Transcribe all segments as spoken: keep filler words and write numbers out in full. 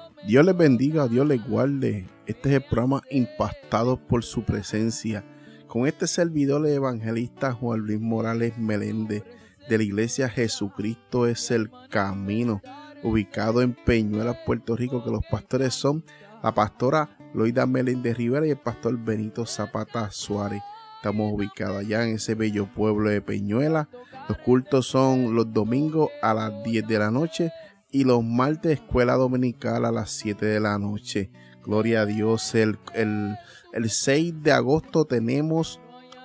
Dios les bendiga, Dios les guarde. Este es el programa Impactados por su Presencia. Con este servidor, el evangelista Juan Luis Morales Meléndez, de la Iglesia Jesucristo es el Camino, ubicado en Peñuelas, Puerto Rico, que los pastores son la pastora Loida Meléndez Rivera y el pastor Benito Zapata Suárez. Estamos ubicados allá en ese bello pueblo de Peñuelas. Los cultos son los domingos a las diez de la noche y los martes escuela dominical a las siete de la noche. Gloria a Dios. El, el, el seis de agosto tenemos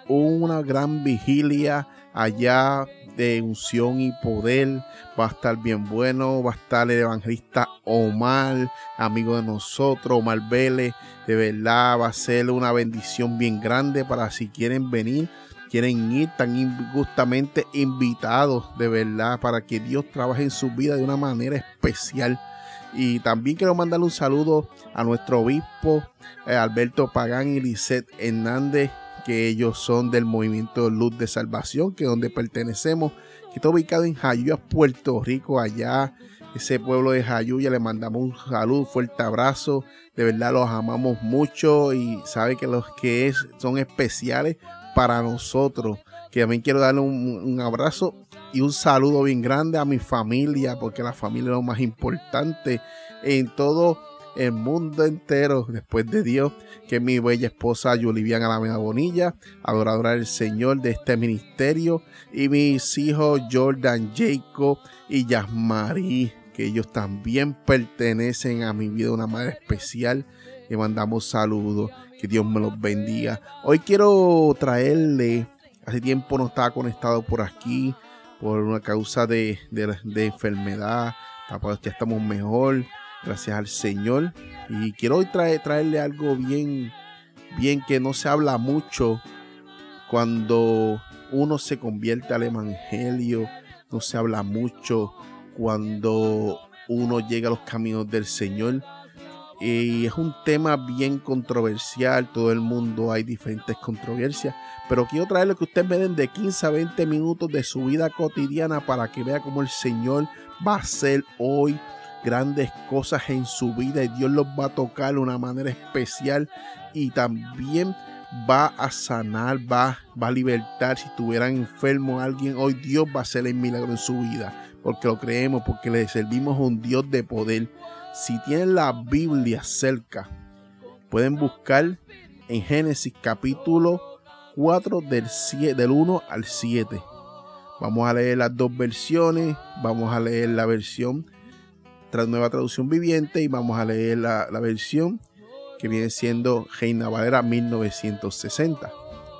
una gran vigilia allá de unción y poder. Va a estar bien bueno. Va a estar el evangelista Omar, amigo de nosotros, Omar Vélez. De verdad va a ser una bendición bien grande para si quieren venir, quieren ir, tan gustamente invitados, de verdad, para que Dios trabaje en su vida de una manera especial. Y también quiero mandarle un saludo a nuestro obispo eh, Alberto Pagán y Lisette Hernández, que ellos son del movimiento Luz de Salvación, que es donde pertenecemos, que está ubicado en Jayuya, Puerto Rico, allá, ese pueblo de Jayuya. Le mandamos un saludo, un fuerte abrazo, de verdad los amamos mucho y sabe que los que es, son especiales para nosotros. Que también quiero darle un, un abrazo y un saludo bien grande a mi familia, porque la familia es lo más importante en todo el mundo entero, después de Dios, que es mi bella esposa Yuliviana Alameda Bonilla, adoradora del Señor de este ministerio, y mis hijos Jordan, Jacob y Yasmari, que ellos también pertenecen a mi vida de una manera especial. Le mandamos saludos, que Dios me los bendiga. Hoy quiero traerle, hace tiempo no estaba conectado por aquí, por una causa de, de, de enfermedad, ya estamos mejor, gracias al Señor. Y quiero hoy traer, traerle algo bien, bien que no se habla mucho cuando uno se convierte al evangelio, no se habla mucho cuando uno llega a los caminos del Señor. Y es un tema bien controversial, todo el mundo hay diferentes controversias, pero quiero traerle que ustedes me den de quince a veinte minutos de su vida cotidiana para que vea cómo el Señor va a hacer hoy grandes cosas en su vida y Dios los va a tocar de una manera especial y también va a sanar, va, va a libertar. Si estuvieran enfermo alguien, hoy Dios va a hacer el milagro en su vida, porque lo creemos, porque le servimos a un Dios de poder. Si tienen la Biblia cerca, pueden buscar en Génesis capítulo cuatro del, del uno al siete. Vamos a leer las dos versiones. Vamos a leer la versión tras Nueva Traducción Viviente y vamos a leer la, la versión que viene siendo Reina Valera mil novecientos sesenta.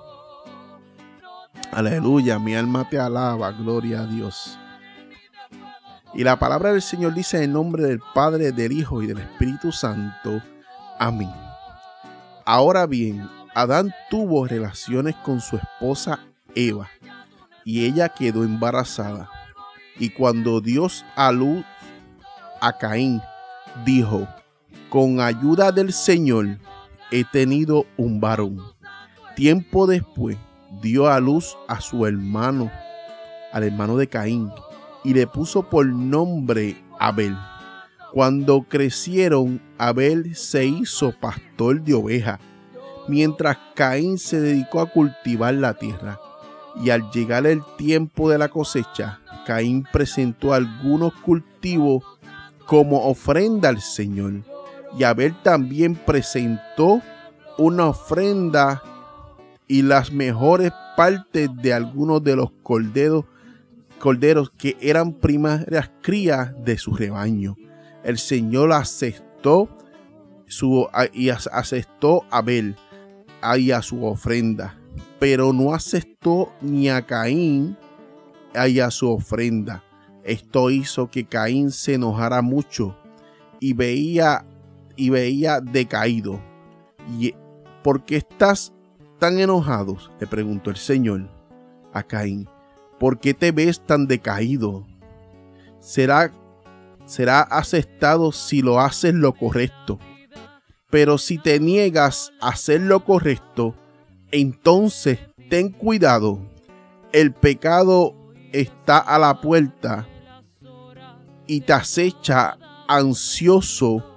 Aleluya, mi alma te alaba, gloria a Dios. Y la palabra del Señor dice en el nombre del Padre, del Hijo y del Espíritu Santo. Amén. Ahora bien, Adán tuvo relaciones con su esposa Eva, y ella quedó embarazada. Y cuando dio a luz a Caín, dijo: con ayuda del Señor he tenido un varón. Tiempo después dio a luz a su hermano, al hermano de Caín, y le puso por nombre Abel. Cuando crecieron, Abel se hizo pastor de ovejas, mientras Caín se dedicó a cultivar la tierra. Y al llegar el tiempo de la cosecha, Caín presentó algunos cultivos como ofrenda al Señor. Y Abel también presentó una ofrenda y las mejores partes de algunos de los corderos corderos que eran primarias crías de su rebaño. El Señor aceptó su y aceptó a Abel y a su ofrenda, pero no aceptó ni a Caín y a su ofrenda. Esto hizo que Caín se enojara mucho y veía y veía decaído. ¿Y por qué estás tan enojado?, le preguntó el Señor a Caín. ¿Por qué te ves tan decaído? Será, será aceptado si lo haces lo correcto. Pero si te niegas a hacer lo correcto, entonces ten cuidado. El pecado está a la puerta y te acecha ansioso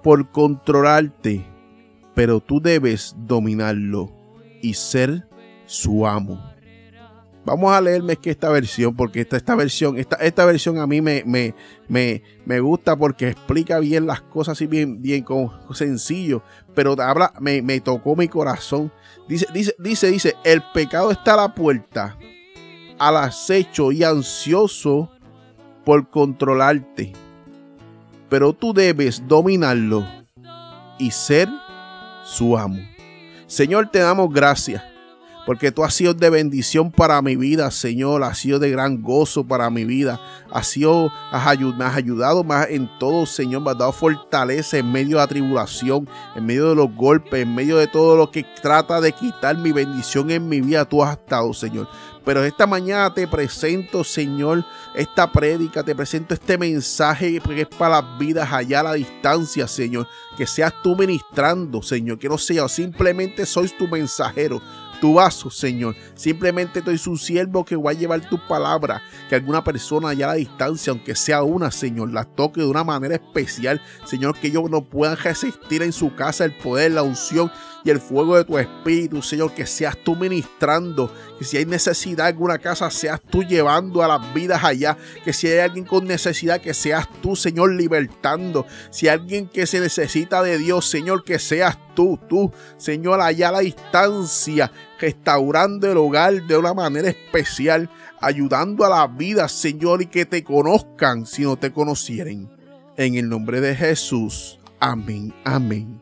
por controlarte, pero tú debes dominarlo y ser su amo. Vamos a leerme que esta versión, porque esta, esta versión, esta, esta versión a mí me, me, me, me gusta porque explica bien las cosas así bien, bien como sencillo, pero habla, me, me tocó mi corazón. Dice, dice, dice, dice, el pecado está a la puerta, al acecho y ansioso por controlarte, pero tú debes dominarlo y ser su amo. Señor, te damos gracias porque tú has sido de bendición para mi vida, Señor. Has sido de gran gozo para mi vida. Has sido, has ayud- me has ayudado más en todo, Señor. Me has dado fortaleza en medio de la tribulación, en medio de los golpes, en medio de todo lo que trata de quitar mi bendición en mi vida. Tú has estado, Señor. Pero esta mañana te presento, Señor, esta prédica, te presento este mensaje que es para las vidas allá a la distancia, Señor. Que seas tú ministrando, Señor. Que no sea, simplemente soy tu mensajero, tu vaso, Señor. Simplemente soy su siervo que va a llevar tu palabra. Que alguna persona allá a la distancia, aunque sea una, Señor, la toque de una manera especial, Señor, que ellos no puedan resistir en su casa el poder, la unción y el fuego de tu espíritu, Señor. Que seas tú ministrando, que si hay necesidad en alguna casa, seas tú llevando a las vidas allá, que si hay alguien con necesidad, que seas tú, Señor, libertando. Si hay alguien que se necesita de Dios, Señor, que seas tú, tú, Señor, allá a la distancia, restaurando el hogar de una manera especial, ayudando a la vida, Señor, y que te conozcan si no te conocieren. En el nombre de Jesús, amén, amén.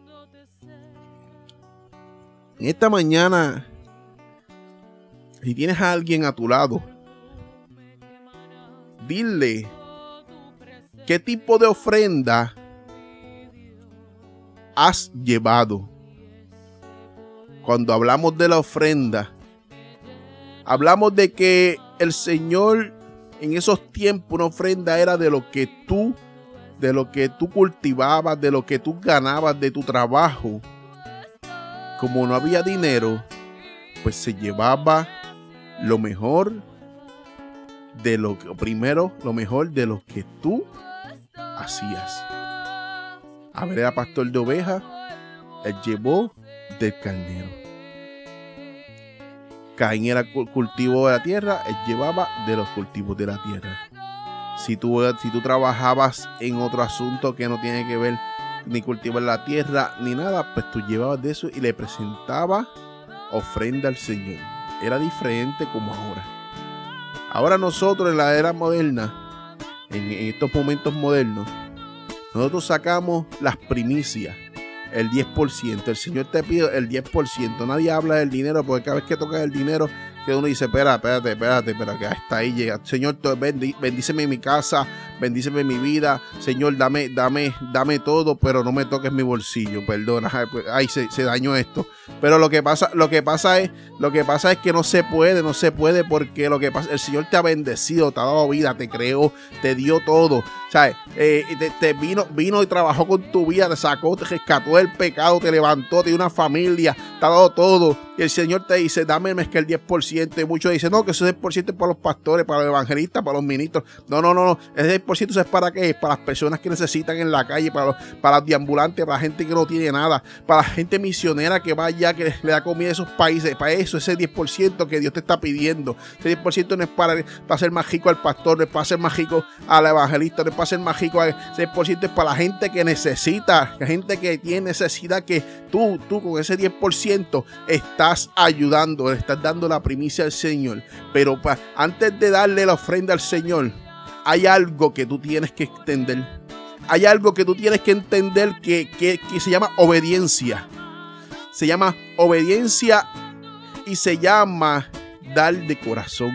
En esta mañana, si tienes a alguien a tu lado, dile qué tipo de ofrenda has llevado. Cuando hablamos de la ofrenda, hablamos de que el Señor en esos tiempos, una ofrenda era de lo que tú, de lo que tú cultivabas, de lo que tú ganabas de tu trabajo. Como no había dinero, pues se llevaba lo mejor de lo que, primero, lo mejor de lo que tú hacías. A ver, era pastor de ovejas, él llevó del carnero. Caín era cultivo de la tierra, él llevaba de los cultivos de la tierra. Si tú, si tú trabajabas en otro asunto que no tiene que ver ni cultivar la tierra ni nada, pues tú llevabas de eso y le presentabas ofrenda al Señor. Era diferente como ahora. Ahora nosotros en la era moderna, en, en estos momentos modernos, nosotros sacamos las primicias, el diez por ciento. El Señor te pide el diez por ciento. Nadie habla del dinero, porque cada vez que toca el dinero, que uno dice, espera, espérate, espérate, espera, que hasta ahí llega. Señor, bendí, bendíceme mi casa, bendíceme mi vida. Señor, dame, dame, dame todo, pero no me toques mi bolsillo. Perdona, ay, se, se dañó esto. Pero lo que pasa, lo que pasa es, lo que pasa es que no se puede, no se puede, porque lo que pasa, el Señor te ha bendecido, te ha dado vida, te creó, te dio todo. ¿Sabes? Eh, te, te vino, vino y trabajó con tu vida, te sacó, te rescató del pecado, te levantó, te dio una familia, te ha dado todo. Y el Señor te dice, dame es que el diez por ciento. Y muchos dicen, no, que ese diez por ciento es para los pastores, para los evangelistas, para los ministros. No, no, no, no. Ese diez por ciento es para qué? Para las personas que necesitan en la calle, para los, para los deambulantes, para la gente que no tiene nada, para la gente misionera que va allá, que le da comida a esos países. Para eso, ese diez por ciento que Dios te está pidiendo. Ese diez por ciento no es para, para hacer más rico al pastor, no es para hacer más rico al evangelista, no es para hacer más rico. Ese diez por ciento es para la gente que necesita, la gente que tiene necesidad, que tú, tú con ese diez por ciento estás ayudando, le estás dando la primicia al Señor. Pero pa, antes de darle la ofrenda al Señor, hay algo que tú tienes que entender. Hay algo que tú tienes que entender que, que, que se llama obediencia. Se llama obediencia y se llama dar de corazón.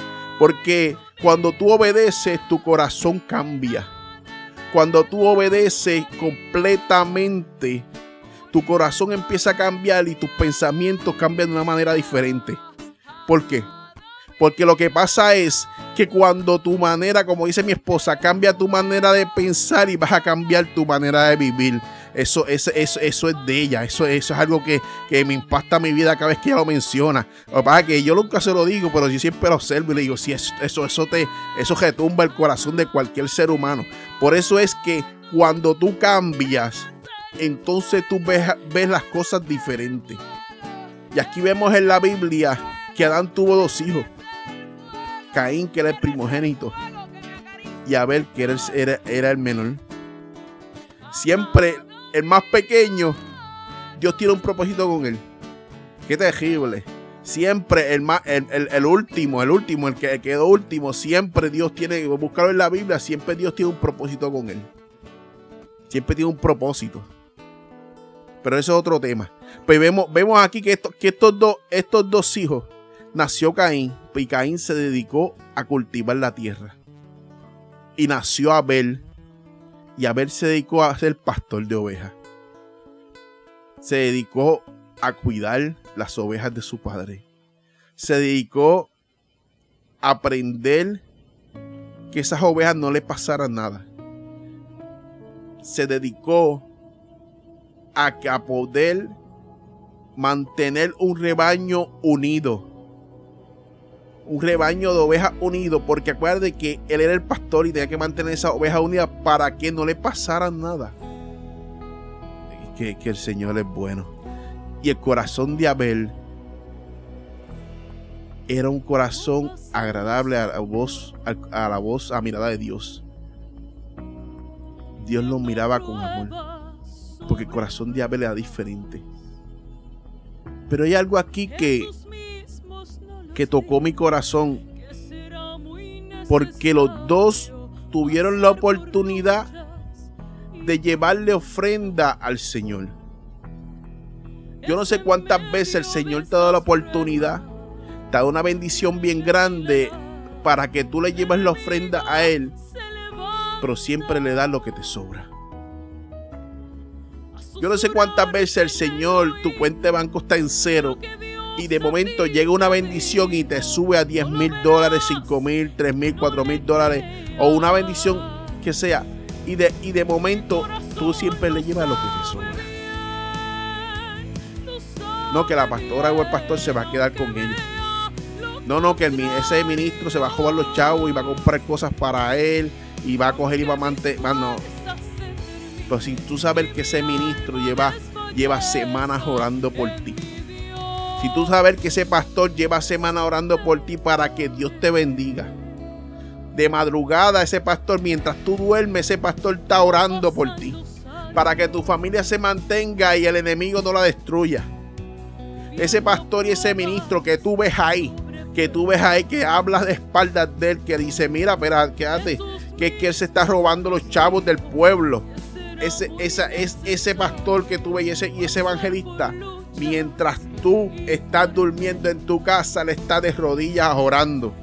Porque cuando tú obedeces, tu corazón cambia. Cuando tú obedeces completamente, tu corazón empieza a cambiar y tus pensamientos cambian de una manera diferente. ¿Por qué? Porque lo que pasa es que cuando tu manera, como dice mi esposa, cambia tu manera de pensar y vas a cambiar tu manera de vivir. Eso, eso, eso, eso es de ella. Eso, eso es algo que, que me impacta mi vida cada vez que ella lo menciona. Lo que pasa es que yo nunca se lo digo, pero yo siempre lo observo y le digo, sí, eso, eso, eso, te, eso retumba el corazón de cualquier ser humano. Por eso es que cuando tú cambias, entonces tú ves, ves las cosas diferentes. Y aquí vemos en la Biblia que Adán tuvo dos hijos. Caín, que era el primogénito, y Abel, que era el, era, era el menor. Siempre el más pequeño, Dios tiene un propósito con él. Qué terrible. Siempre el, más, el, el, el último, el último, el que quedó último, siempre Dios tiene, buscarlo en la Biblia, siempre Dios tiene un propósito con él. Siempre tiene un propósito. Pero eso es otro tema. Pues vemos, vemos aquí que, esto, que estos, dos, estos dos hijos, nació Caín, y Caín se dedicó a cultivar la tierra. Y nació Abel, y Abel se dedicó a ser pastor de ovejas. Se dedicó a cuidar las ovejas de su padre. Se dedicó a aprender que esas ovejas no le pasaran nada. Se dedicó a, a poder mantener un rebaño unido. Un rebaño de ovejas unido, porque acuérdate que él era el pastor y tenía que mantener esas ovejas unidas para que no le pasaran nada. Que, que el Señor es bueno. Y el corazón de Abel era un corazón agradable a la voz, a la voz, a la mirada de Dios. Dios lo miraba con amor, porque el corazón de Abel era diferente. Pero hay algo aquí que, que tocó mi corazón, porque los dos tuvieron la oportunidad de llevarle ofrenda al Señor. Yo no sé cuántas veces el Señor te ha dado la oportunidad, te ha dado una bendición bien grande para que tú le lleves la ofrenda a Él, pero siempre le das lo que te sobra. Yo no sé cuántas veces el Señor, tu cuenta de banco está en cero y de momento llega una bendición y te sube a diez mil dólares, cinco mil, tres mil, cuatro mil dólares, o una bendición que sea, y de, y de momento tú siempre le llevas lo que te sobra. No que la pastora o el pastor se va a quedar con ellos. No, no, que el, ese ministro se va a jugar los chavos y va a comprar cosas para él y va a coger y va a mantener. No. Pero si tú sabes que ese ministro lleva, lleva semanas orando por ti. Si tú sabes que ese pastor lleva semanas orando por ti para que Dios te bendiga. De madrugada ese pastor, mientras tú duermes, ese pastor está orando por ti. Para que tu familia se mantenga y el enemigo no la destruya. Ese pastor y ese ministro que tú ves ahí, que tú ves ahí que habla de espaldas de él, que dice, mira, espera, quédate, que es que él se está robando los chavos del pueblo. Ese, esa, es, ese pastor que tú ves y ese, y ese evangelista, mientras tú estás durmiendo en tu casa, le está de rodillas orando.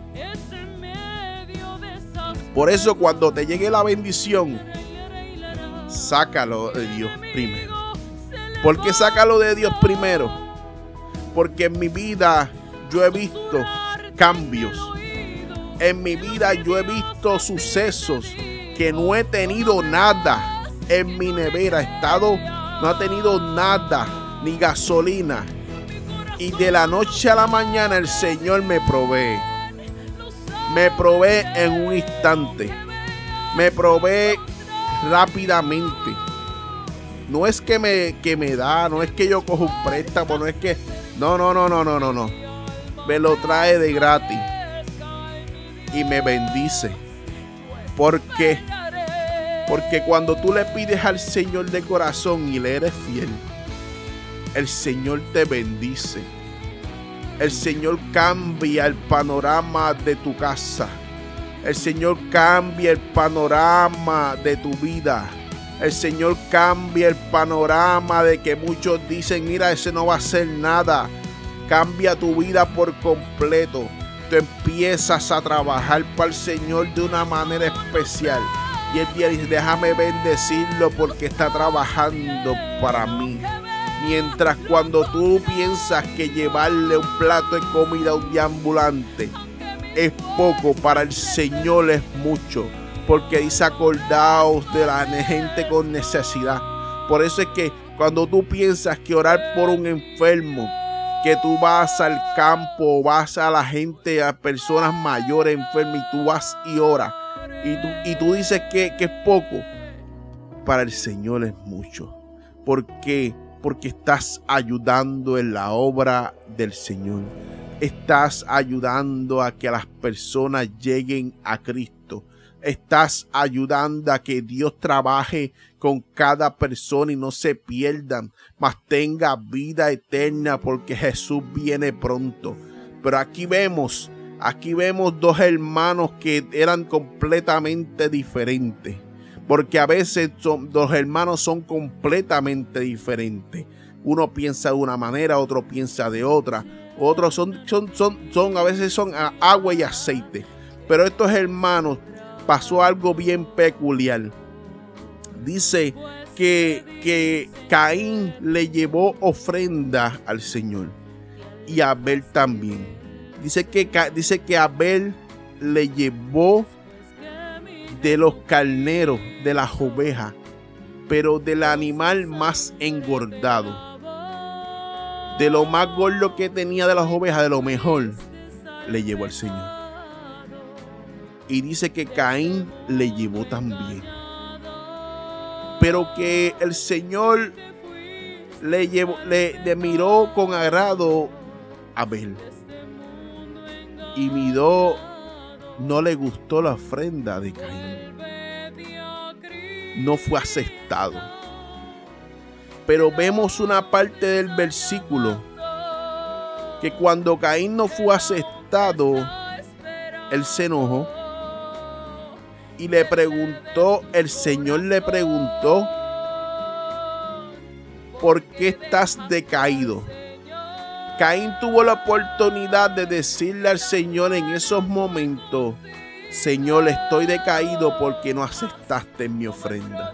Por eso cuando te llegue la bendición, sácalo de Dios primero. ¿Por qué sácalo de Dios primero? Porque en mi vida yo he visto cambios. En mi vida yo he visto sucesos que no he tenido nada en mi nevera. He estado, no ha tenido nada, ni gasolina. Y de la noche a la mañana el Señor me provee. Me provee en un instante. Me provee rápidamente. No es que me, que me da, no es que yo cojo un préstamo, no es que... No, no, no, no, no, no, no. Me lo trae de gratis. Y me bendice. ¿Por qué? Porque cuando tú le pides al Señor de corazón y le eres fiel, el Señor te bendice. El Señor cambia el panorama de tu casa. El Señor cambia el panorama de tu vida. El Señor cambia el panorama de que muchos dicen, mira, ese no va a hacer nada. Cambia tu vida por completo. Tú empiezas a trabajar para el Señor de una manera especial. Y Él dice, déjame bendecirlo porque está trabajando para mí. Mientras cuando tú piensas que llevarle un plato de comida a un deambulante es poco, para el Señor es mucho. Porque dice, acordaos de la gente con necesidad. Por eso es que cuando tú piensas que orar por un enfermo, que tú vas al campo, vas a la gente, a personas mayores enfermas, y tú vas y oras, y tú, y tú dices que, que es poco, para el Señor es mucho. ¿Por qué? Porque estás ayudando en la obra del Señor. Estás ayudando a que las personas lleguen a Cristo. Estás ayudando a que Dios trabaje con cada persona y no se pierdan, mas tenga vida eterna, porque Jesús viene pronto. Pero aquí vemos, aquí vemos dos hermanos que eran completamente diferentes. Porque a veces son, los hermanos son completamente diferentes. Uno piensa de una manera, otro piensa de otra. Otros son, son, son, son a veces son agua y aceite. Pero estos hermanos pasó algo bien peculiar. Dice que, que Caín le llevó ofrenda al Señor. Y Abel también. Dice que, dice que Abel le llevó de los carneros, de las ovejas, pero del animal más engordado. De lo más gordo que tenía de las ovejas, de lo mejor, le llevó al Señor. Y dice que Caín le llevó también. Pero que el Señor le, llevó, le, le miró con agrado a Abel. Y miró, no le gustó la ofrenda de Caín. No fue aceptado. Pero vemos una parte del versículo que cuando Caín no fue aceptado, él se enojó y le preguntó, el Señor le preguntó, ¿por qué estás decaído? Caín tuvo la oportunidad de decirle al Señor en esos momentos, Señor, estoy decaído porque no aceptaste mi ofrenda.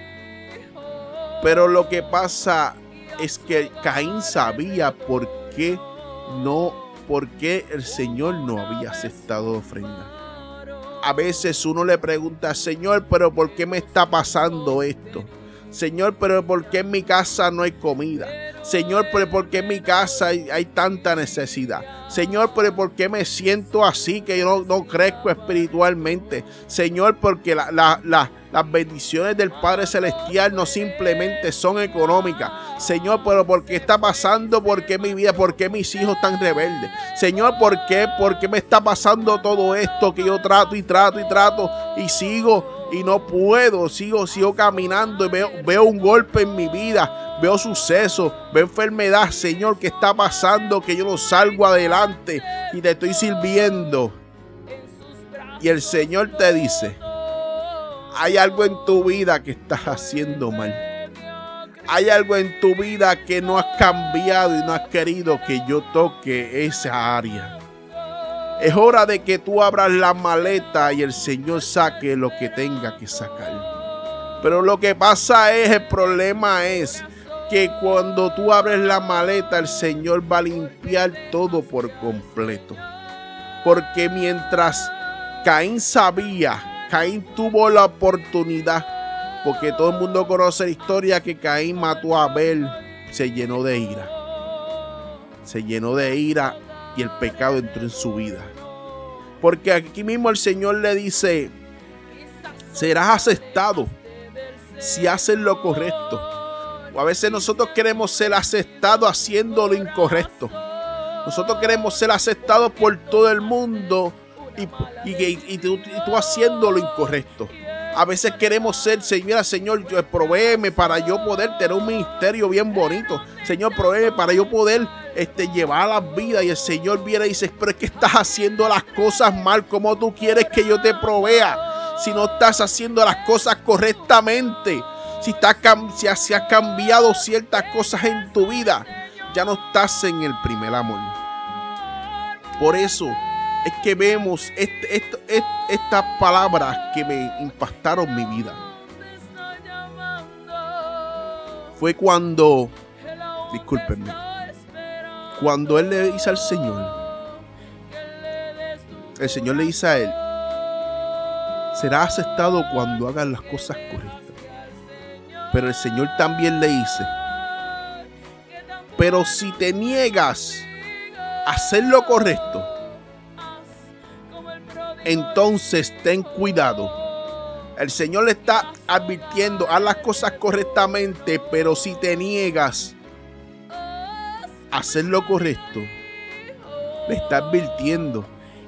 Pero lo que pasa es que Caín sabía por qué no, por qué el Señor no había aceptado ofrenda. A veces uno le pregunta, Señor, pero ¿por qué me está pasando esto? Señor, pero ¿por qué en mi casa no hay comida? Señor, pero ¿por qué en mi casa hay, hay tanta necesidad? Señor, pero ¿por qué me siento así que yo no, no crezco espiritualmente? Señor, porque la, la, la, las bendiciones del Padre Celestial no simplemente son económicas. Señor, pero ¿por qué está pasando? ¿Por qué mi vida? ¿Por qué mis hijos están rebeldes? Señor, ¿por qué? ¿Por qué me está pasando todo esto que yo trato y trato y trato y sigo y no puedo? Sigo, sigo caminando y veo, veo un golpe en mi vida. Veo sucesos, veo enfermedad, Señor, ¿qué está pasando? Que yo no salgo adelante y te estoy sirviendo. Y el Señor te dice, hay algo en tu vida que estás haciendo mal. Hay algo en tu vida que no has cambiado y no has querido que yo toque esa área. Es hora de que tú abras la maleta y el Señor saque lo que tenga que sacar. Pero lo que pasa es, el problema es que cuando tú abres la maleta, el Señor va a limpiar todo por completo. Porque mientras Caín sabía, Caín tuvo la oportunidad, porque todo el mundo conoce la historia que Caín mató a Abel, se llenó de ira. Se llenó de ira y el pecado entró en su vida. Porque aquí mismo el Señor le dice, serás aceptado si haces lo correcto. O a veces nosotros queremos ser aceptados haciendo lo incorrecto. Nosotros queremos ser aceptados por todo el mundo y, y, y, y, tú, y tú haciendo lo incorrecto. A veces queremos ser, Señor, Señor, provéeme para yo poder tener un ministerio bien bonito. Señor, provéeme para yo poder este, llevar las vidas. Y el Señor viene y dice, pero es que estás haciendo las cosas mal. ¿Cómo tú quieres que yo te provea si no estás haciendo las cosas correctamente? Si, estás, si has cambiado ciertas cosas en tu vida, ya no estás en el primer amor. Por eso es que vemos este, este, este, estas palabras que me impactaron mi vida. Fue cuando, discúlpenme, cuando él le dice al Señor, el Señor le dice a él, será aceptado cuando hagas las cosas correctas. Pero el Señor también le dice, pero si te niegas a hacer lo correcto, entonces ten cuidado. El Señor le está advirtiendo, haz las cosas correctamente, pero si te niegas a hacer lo correcto, le está advirtiendo.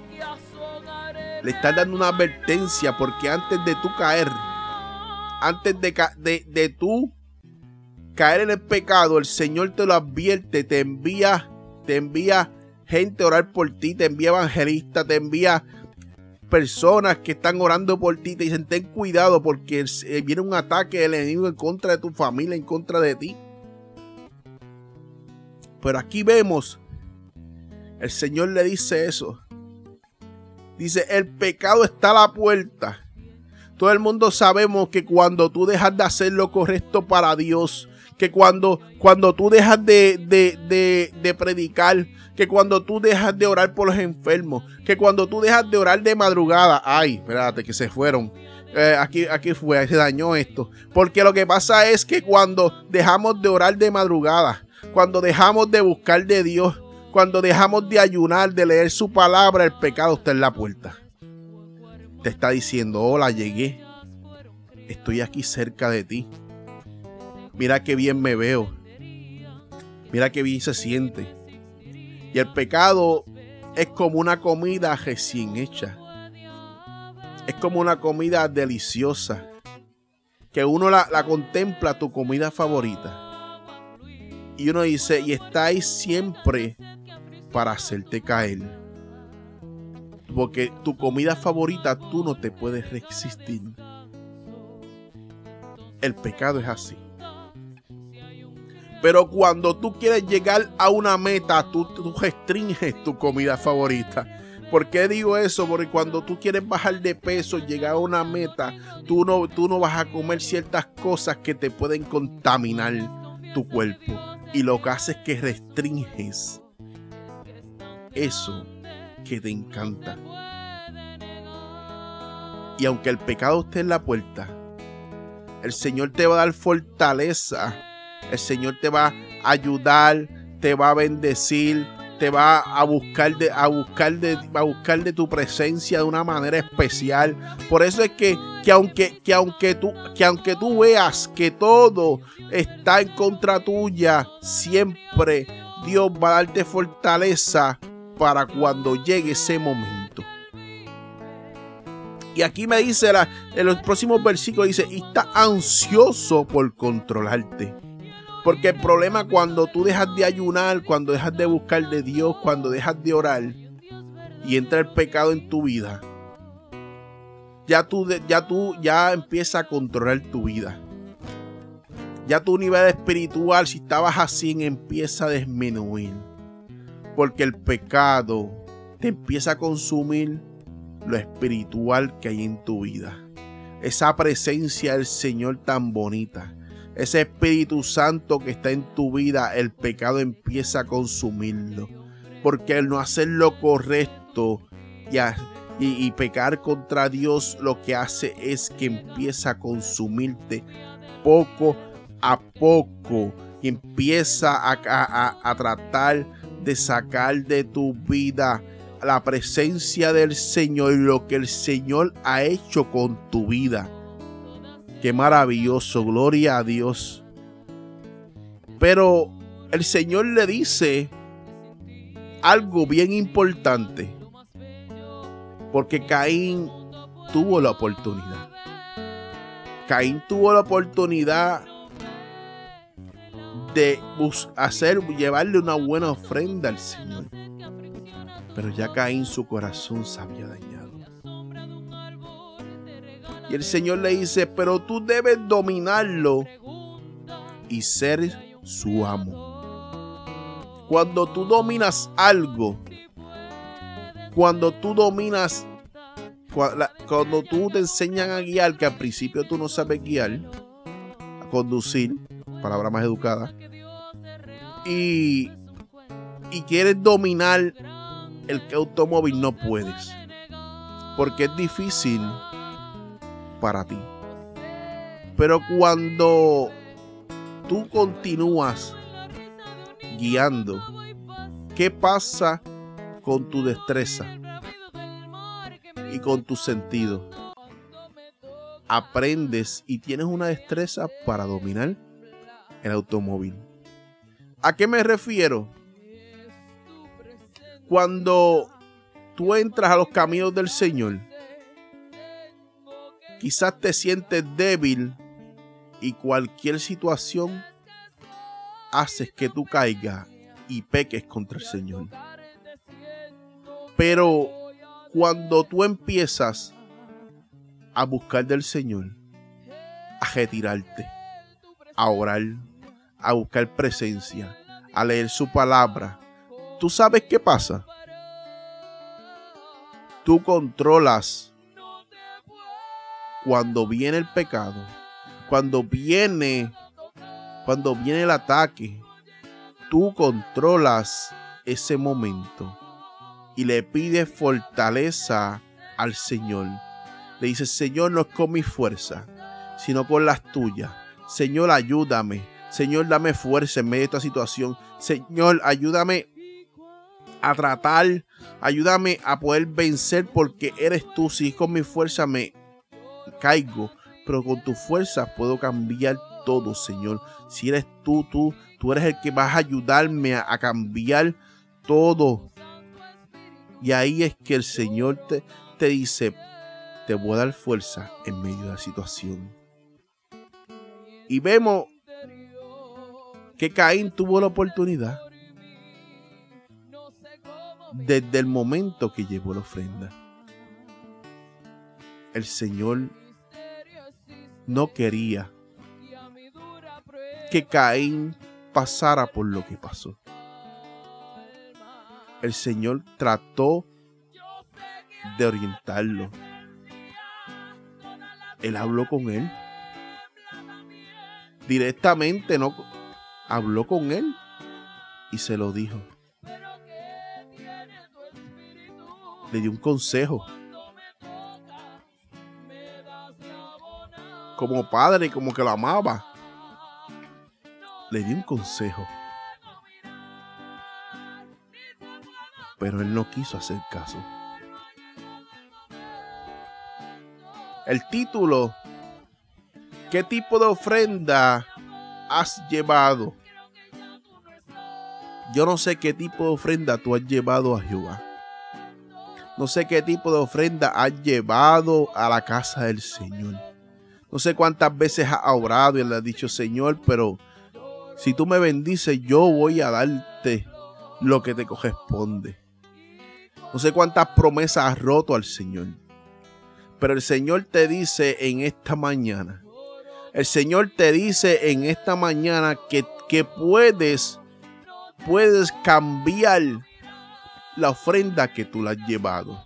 Le está dando una advertencia, porque antes de tú caer, antes de, de, de tú caer en el pecado, el Señor te lo advierte, te envía, te envía gente a orar por ti, te envía evangelistas, te envía personas que están orando por ti, te dicen ten cuidado porque viene un ataque del enemigo en contra de tu familia, en contra de ti. Pero aquí vemos, el Señor le dice eso. Dice, el pecado está a la puerta. Todo el mundo sabemos que cuando tú dejas de hacer lo correcto para Dios, que cuando, cuando tú dejas de, de, de, de predicar, que cuando tú dejas de orar por los enfermos, que cuando tú dejas de orar de madrugada, ay, espérate que se fueron, eh, aquí, aquí fue, se dañó esto, porque lo que pasa es que cuando dejamos de orar de madrugada, cuando dejamos de buscar de Dios, cuando dejamos de ayunar, de leer su palabra, el pecado está en la puerta. Te está diciendo, hola, llegué, estoy aquí cerca de ti. Mira qué bien me veo. Mira qué bien se siente. Y el pecado es como una comida recién hecha. Es como una comida deliciosa. Que uno la, la contempla, tu comida favorita. Y uno dice, y está ahí siempre para hacerte caer. Porque tu comida favorita tú no te puedes resistir. El pecado es así. Pero cuando tú quieres llegar a una meta, tú, tú restringes tu comida favorita. ¿Por qué digo eso? Porque cuando tú quieres bajar de peso, llegar a una meta, tú no, tú no vas a comer ciertas cosas que te pueden contaminar tu cuerpo. Y lo que haces es que restringes eso que te encanta. Y aunque el pecado esté en la puerta, el Señor te va a dar fortaleza. El Señor te va a ayudar, te va a bendecir, te va a buscar de, a buscar de, a buscar de tu presencia de una manera especial. Por eso es que, que, aunque, que, aunque tú, que aunque tú veas que todo está en contra tuya, siempre Dios va a darte fortaleza para cuando llegue ese momento. Y aquí me dice la, en los próximos versículos dice, y está ansioso por controlarte. Porque el problema cuando tú dejas de ayunar, cuando dejas de buscar de Dios, cuando dejas de orar y entra el pecado en tu vida, ya tú, ya tú ya empiezas a controlar tu vida. Ya tu nivel espiritual, si estabas así, empieza a disminuir. Porque el pecado te empieza a consumir lo espiritual que hay en tu vida. Esa presencia del Señor tan bonita. Ese Espíritu Santo que está en tu vida, el pecado empieza a consumirlo. Porque al no hacer lo correcto y, a, y, y pecar contra Dios, lo que hace es que empieza a consumirte poco a poco. Y empieza a, a, a tratar de sacar de tu vida la presencia del Señor y lo que el Señor ha hecho con tu vida. Qué maravilloso, gloria a Dios. Pero el Señor le dice algo bien importante. Porque Caín tuvo la oportunidad. Caín tuvo la oportunidad de hacer, llevarle una buena ofrenda al Señor. Pero ya Caín, su corazón se había dañado. Y el Señor le dice, pero tú debes dominarlo y ser su amo. Cuando tú dominas algo, cuando tú dominas, cuando tú te enseñan a guiar, que al principio tú no sabes guiar, a conducir, palabra más educada, y, y quieres dominar el automóvil, no puedes, porque es difícil para ti. Pero cuando tú continúas guiando, ¿qué pasa con tu destreza y con tus sentidos? aprendes y tienes una destreza para dominar el automóvil. ¿A qué me refiero? Cuando tú entras a los caminos del Señor, quizás te sientes débil y cualquier situación hace que tú caigas y peques contra el Señor. Pero cuando tú empiezas a buscar del Señor, a retirarte, a orar, a buscar presencia, a leer su palabra, ¿tú sabes qué pasa? Tú controlas cuando viene el pecado, cuando viene, cuando viene el ataque, tú controlas ese momento y le pides fortaleza al Señor. Le dices, Señor, no es con mi fuerza, sino con las tuyas. Señor, ayúdame. Señor, dame fuerza en medio de esta situación. Señor, ayúdame a tratar, ayúdame a poder vencer, porque eres tú. Si con mi fuerza me caigo, pero con tu fuerza puedo cambiar todo, Señor. Si eres tú, tú, tú eres el que vas a ayudarme a, a cambiar todo. Y ahí es que el Señor te, te dice, te voy a dar fuerza en medio de la situación. Y vemos que Caín tuvo la oportunidad desde el momento que llevó la ofrenda. El Señor no quería que Caín pasara por lo que pasó. El Señor trató de orientarlo. Él habló con él. Directamente, no habló con él y se lo dijo. Le dio un consejo. Como padre, como que lo amaba. Le dio un consejo. Pero él no quiso hacer caso. El título: ¿qué tipo de ofrenda has llevado? Yo no sé qué tipo de ofrenda tú has llevado a Jehová. No sé qué tipo de ofrenda has llevado a la casa del Señor. No sé cuántas veces has orado y le has dicho, Señor, pero si tú me bendices, yo voy a darte lo que te corresponde. No sé cuántas promesas has roto al Señor. Pero el Señor te dice en esta mañana, el Señor te dice en esta mañana que, que puedes, puedes cambiar la ofrenda que tú le has llevado.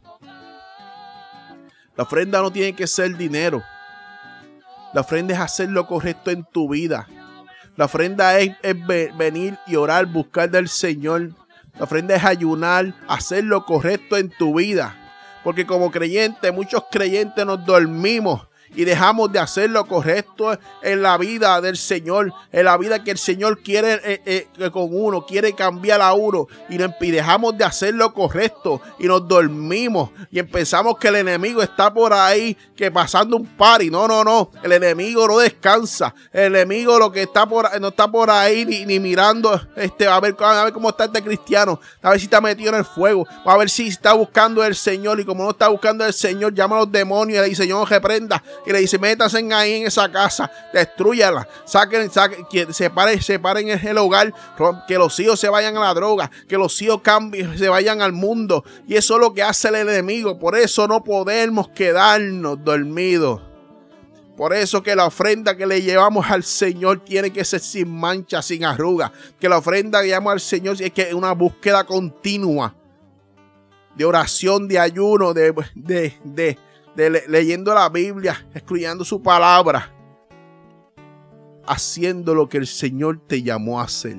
La ofrenda no tiene que ser dinero. La ofrenda es hacer lo correcto en tu vida. La ofrenda es, es venir y orar, buscar del Señor. La ofrenda es ayunar, hacer lo correcto en tu vida. Porque como creyentes, muchos creyentes nos dormimos y dejamos de hacer lo correcto en la vida del Señor, en la vida que el Señor quiere eh, eh, con uno, quiere cambiar a uno, y, nos, y dejamos de hacer lo correcto y nos dormimos y pensamos que el enemigo está por ahí, que pasando un party. No, no, no, el enemigo no descansa. El enemigo lo que está por no está por ahí ni, ni mirando este, a ver, a ver cómo está este cristiano, a ver si está metido en el fuego, a ver si está buscando el Señor, y como no está buscando el Señor, llama a los demonios y le dice, Señor, reprenda. Y le dice, métanse ahí en esa casa, destrúyala, saquen, saquen, que separen, separen el hogar, que los hijos se vayan a la droga, que los hijos cambien, se vayan al mundo. Y eso es lo que hace el enemigo. Por eso no podemos quedarnos dormidos. Por eso que la ofrenda que le llevamos al Señor tiene que ser sin mancha, sin arruga. Que la ofrenda que llevamos al Señor es que es una búsqueda continua de oración, de ayuno, de, de, de De le, leyendo la Biblia, escudriñando su palabra, haciendo lo que el Señor te llamó a hacer.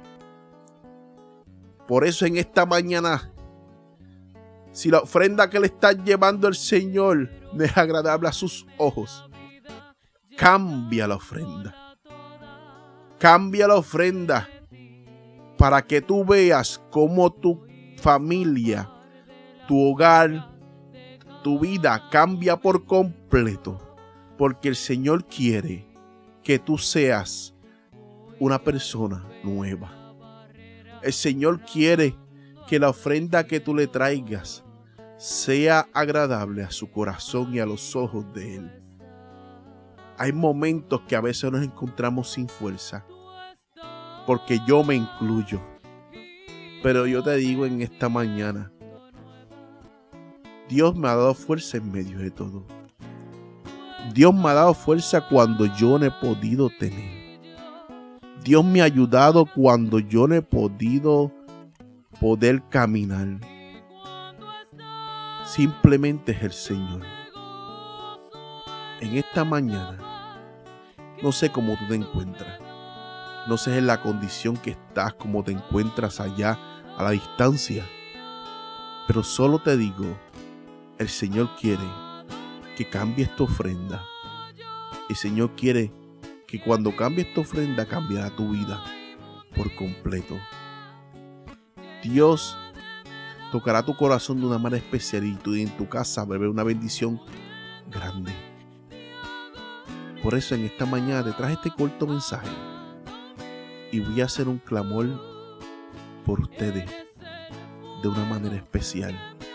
Por eso en esta mañana, si la ofrenda que le estás llevando el Señor no es agradable a sus ojos, cambia la ofrenda. Cambia la ofrenda para que tú veas cómo tu familia, tu hogar, tu vida cambia por completo, porque el Señor quiere que tú seas una persona nueva. El Señor quiere que la ofrenda que tú le traigas sea agradable a su corazón y a los ojos de Él. Hay momentos que a veces nos encontramos sin fuerza, porque yo me incluyo. Pero yo te digo en esta mañana, Dios me ha dado fuerza en medio de todo. Dios me ha dado fuerza cuando yo no he podido tener. Dios me ha ayudado cuando yo no he podido poder caminar. Simplemente es el Señor. En esta mañana, no sé cómo tú te encuentras. No sé en la condición que estás, cómo te encuentras allá a la distancia. Pero solo te digo, el Señor quiere que cambies tu ofrenda. El Señor quiere que cuando cambies tu ofrenda, cambiará tu vida por completo. Dios tocará tu corazón de una manera especial y tú en tu casa va a ver una bendición grande. Por eso en esta mañana te traje este corto mensaje y voy a hacer un clamor por ustedes de una manera especial.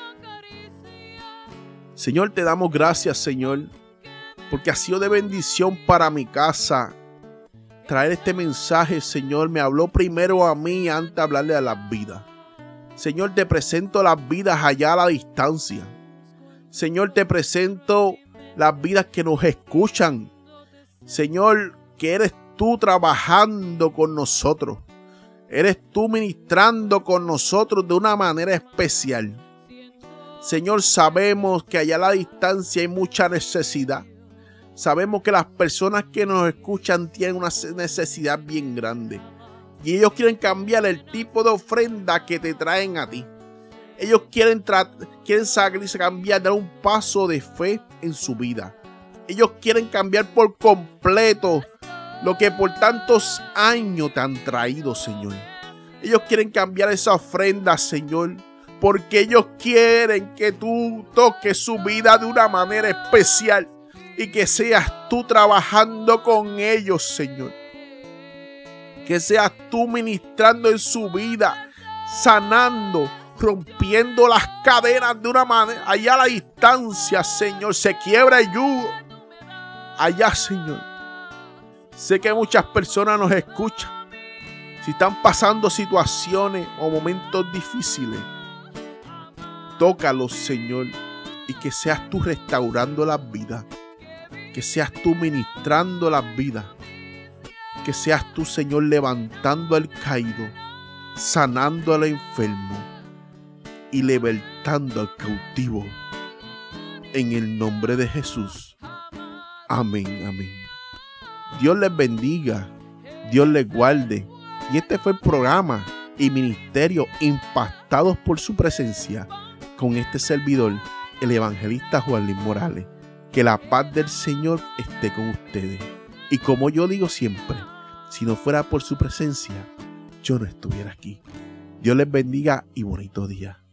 Señor, te damos gracias, Señor, porque ha sido de bendición para mi casa traer este mensaje. Señor, me habló primero a mí antes de hablarle a las vidas. Señor, te presento las vidas allá a la distancia. Señor, te presento las vidas que nos escuchan. Señor, que eres tú trabajando con nosotros. Eres tú ministrando con nosotros de una manera especial. Señor, sabemos que allá a la distancia hay mucha necesidad. Sabemos que las personas que nos escuchan tienen una necesidad bien grande. Y ellos quieren cambiar el tipo de ofrenda que te traen a ti. Ellos quieren, quieren cambiar, dar un paso de fe en su vida. Ellos quieren cambiar por completo lo que por tantos años te han traído, Señor. Ellos quieren cambiar esa ofrenda, Señor, porque ellos quieren que tú toques su vida de una manera especial y que seas tú trabajando con ellos, Señor. Que seas tú ministrando en su vida, sanando, rompiendo las cadenas de una manera. Allá a la distancia, Señor, se quiebra el yugo. Allá, Señor. Sé que muchas personas nos escuchan. Si están pasando situaciones o momentos difíciles, tócalos, Señor, y que seas tú restaurando las vidas. Que seas tú ministrando las vidas. Que seas tú, Señor, levantando al caído, sanando al enfermo y libertando al cautivo. En el nombre de Jesús. Amén, amén. Dios les bendiga, Dios les guarde. Y este fue el programa y ministerio impactados por su presencia con este servidor, el evangelista Juan Luis Morales. Que la paz del Señor esté con ustedes. Y como yo digo siempre, si no fuera por su presencia, yo no estuviera aquí. Dios les bendiga y bonito día.